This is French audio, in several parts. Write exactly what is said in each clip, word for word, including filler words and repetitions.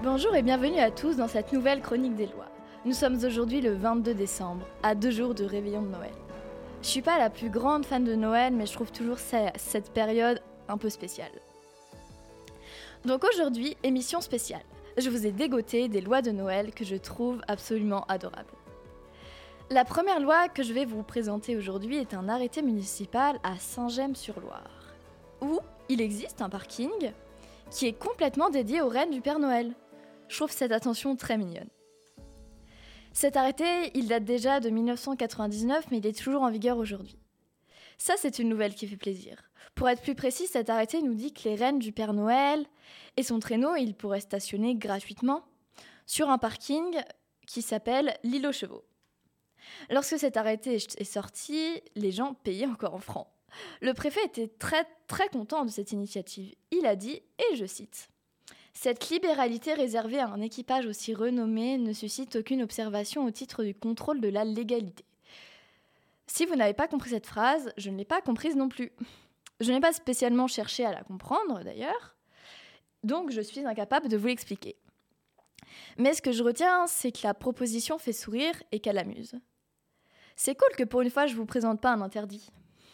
Bonjour et bienvenue à tous dans cette nouvelle chronique des lois. Nous sommes aujourd'hui le vingt-deux décembre, à deux jours du réveillon de Noël. Je suis pas la plus grande fan de Noël, mais je trouve toujours cette période un peu spéciale. Donc aujourd'hui, émission spéciale. Je vous ai dégoté des lois de Noël que je trouve absolument adorables. La première loi que je vais vous présenter aujourd'hui est un arrêté municipal à Saint-Gemme-sur-Loire, où il existe un parking qui est complètement dédié aux reines du Père Noël. Je trouve cette attention très mignonne. Cet arrêté, il date déjà de dix-neuf cent quatre-vingt-dix-neuf, mais il est toujours en vigueur aujourd'hui. Ça, c'est une nouvelle qui fait plaisir. Pour être plus précis, cet arrêté nous dit que les reines du Père Noël et son traîneau, ils pourraient stationner gratuitement sur un parking qui s'appelle l'Île aux Chevaux. Lorsque cet arrêté est sorti, les gens payaient encore en francs. Le préfet était très très content de cette initiative. Il a dit, et je cite, « Cette libéralité réservée à un équipage aussi renommé ne suscite aucune observation au titre du contrôle de la légalité. » Si vous n'avez pas compris cette phrase, je ne l'ai pas comprise non plus. Je n'ai pas spécialement cherché à la comprendre d'ailleurs, donc je suis incapable de vous l'expliquer. Mais ce que je retiens, c'est que la proposition fait sourire et qu'elle amuse. C'est cool que pour une fois je ne vous présente pas un interdit.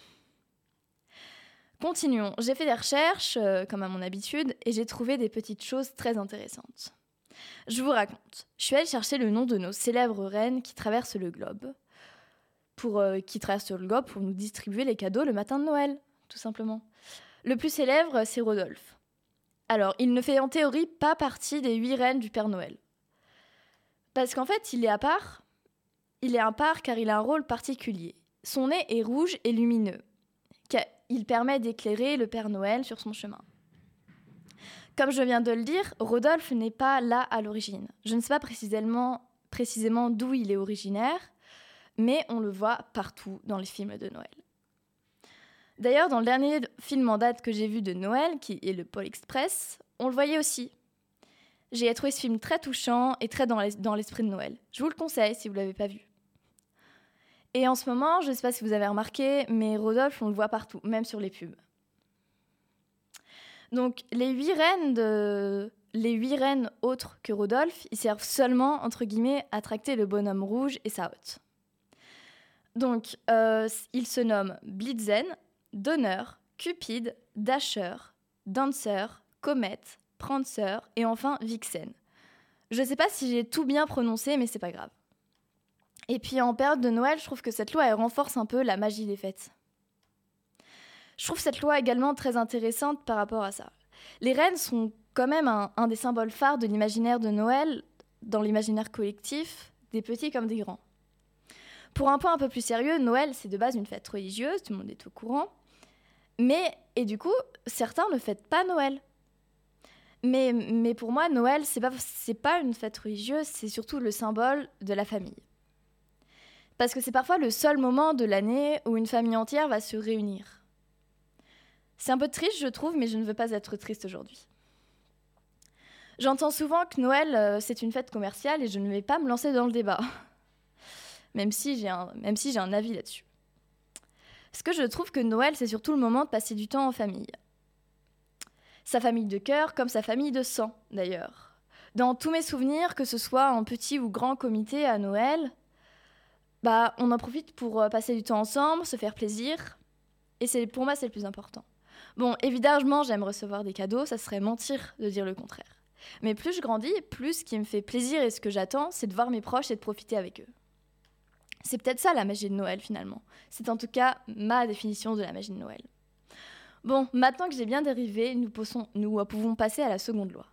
Continuons, j'ai fait des recherches, euh, comme à mon habitude, et j'ai trouvé des petites choses très intéressantes. Je vous raconte, je suis allée chercher le nom de nos célèbres reines qui traversent le globe, pour, euh, qui traversent le globe pour nous distribuer les cadeaux le matin de Noël, tout simplement. Le plus célèbre, c'est Rodolphe. Alors, il ne fait en théorie pas partie des huit reines du Père Noël. Parce qu'en fait, il est à part, il est à part car il a un rôle particulier. Son nez est rouge et lumineux. Il permet d'éclairer le Père Noël sur son chemin. Comme je viens de le dire, Rodolphe n'est pas là à l'origine. Je ne sais pas précisément, précisément d'où il est originaire, mais on le voit partout dans les films de Noël. D'ailleurs, dans le dernier film en date que j'ai vu de Noël, qui est le Pôle Express, on le voyait aussi. J'ai trouvé ce film très touchant et très dans l'esprit de Noël. Je vous le conseille si vous ne l'avez pas vu. Et en ce moment, je ne sais pas si vous avez remarqué, mais Rodolphe, on le voit partout, même sur les pubs. Donc, les huit reines, de... les huit reines autres que Rodolphe, ils servent seulement, entre guillemets, à tracter le bonhomme rouge et sa hotte. Donc, euh, ils se nomment Blitzen, Donner, Cupide, Dasher, Dancer, Comet, Prancer et enfin Vixen. Je ne sais pas si j'ai tout bien prononcé, mais c'est pas grave. Et puis en période de Noël, je trouve que cette loi elle renforce un peu la magie des fêtes. Je trouve cette loi également très intéressante par rapport à ça. Les reines sont quand même un, un des symboles phares de l'imaginaire de Noël, dans l'imaginaire collectif, des petits comme des grands. Pour un point un peu plus sérieux, Noël c'est de base une fête religieuse, tout le monde est au courant, mais, et du coup, certains ne fêtent pas Noël. Mais, mais pour moi, Noël c'est pas, c'est pas une fête religieuse, c'est surtout le symbole de la famille. Parce que c'est parfois le seul moment de l'année où une famille entière va se réunir. C'est un peu triste, je trouve, mais je ne veux pas être triste aujourd'hui. J'entends souvent que Noël, euh, c'est une fête commerciale et je ne vais pas me lancer dans le débat, même si j'ai un, même si j'ai un avis là-dessus. Parce que je trouve que Noël, c'est surtout le moment de passer du temps en famille. Sa famille de cœur, comme sa famille de sang, d'ailleurs. Dans tous mes souvenirs, que ce soit en petit ou grand comité à Noël, bah, on en profite pour passer du temps ensemble, se faire plaisir. Et c'est, pour moi, c'est le plus important. Bon, évidemment, j'aime recevoir des cadeaux, ça serait mentir de dire le contraire. Mais plus je grandis, plus ce qui me fait plaisir et ce que j'attends, c'est de voir mes proches et de profiter avec eux. C'est peut-être ça la magie de Noël, finalement. C'est en tout cas ma définition de la magie de Noël. Bon, maintenant que j'ai bien dérivé, nous, possons, nous pouvons passer à la seconde loi.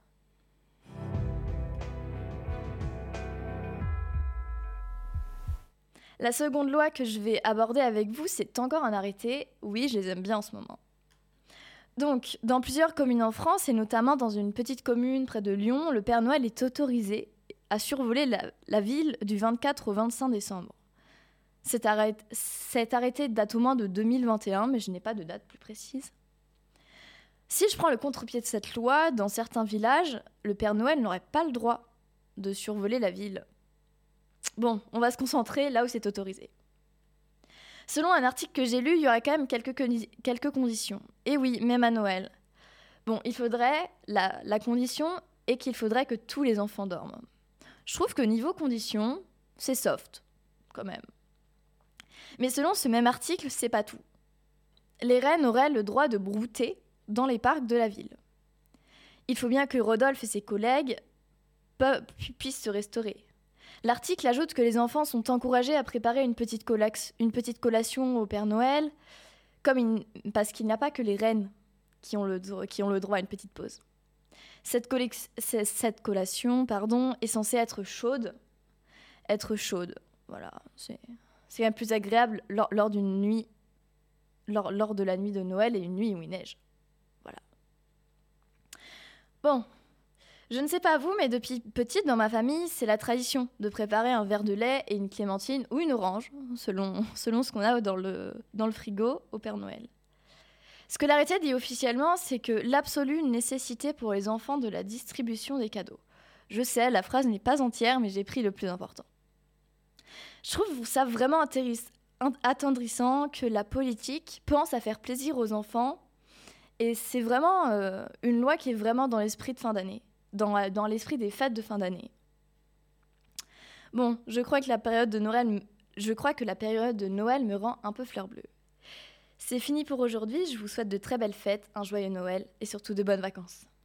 La seconde loi que je vais aborder avec vous, c'est encore un arrêté. Oui, je les aime bien en ce moment. Donc, dans plusieurs communes en France, et notamment dans une petite commune près de Lyon, le Père Noël est autorisé à survoler la, la ville du vingt-quatre au vingt-cinq décembre. Cet arrêté, cet arrêté date au moins de deux mille vingt et un, mais je n'ai pas de date plus précise. Si je prends le contre-pied de cette loi, dans certains villages, le Père Noël n'aurait pas le droit de survoler la ville. Bon, on va se concentrer là où c'est autorisé. Selon un article que j'ai lu, il y aurait quand même quelques, con- quelques conditions. Et oui, même à Noël. Bon, il faudrait, la, la condition et qu'il faudrait que tous les enfants dorment. Je trouve que niveau conditions, c'est soft, quand même. Mais selon ce même article, c'est pas tout. Les rennes auraient le droit de brouter dans les parcs de la ville. Il faut bien que Rodolphe et ses collègues pe- puissent se restaurer. L'article ajoute que les enfants sont encouragés à préparer une petite, collax- une petite collation au Père Noël, comme il- parce qu'il n'y a pas que les rennes qui ont le, dro- qui ont le droit à une petite pause. Cette, collex- c- cette collation pardon, est censée être chaude. Être chaude, voilà, c'est, c'est même plus agréable lors, lors d'une nuit, lors, lors de la nuit de Noël et une nuit où il neige. Voilà. Bon. Je ne sais pas vous, mais depuis petite, dans ma famille, c'est la tradition de préparer un verre de lait et une clémentine ou une orange, selon, selon ce qu'on a dans le, dans le frigo au Père Noël. Scolarité dit officiellement, c'est que l'absolue nécessité pour les enfants de la distribution des cadeaux. Je sais, la phrase n'est pas entière, mais j'ai pris le plus important. Je trouve ça vraiment atterris- attendrissant que la politique pense à faire plaisir aux enfants, et c'est vraiment euh, une loi qui est vraiment dans l'esprit de fin d'année. Dans, dans l'esprit des fêtes de fin d'année. Bon, je crois que la période de Noël, je crois que la période de Noël me rend un peu fleur bleue. C'est fini pour aujourd'hui, je vous souhaite de très belles fêtes, un joyeux Noël et surtout de bonnes vacances.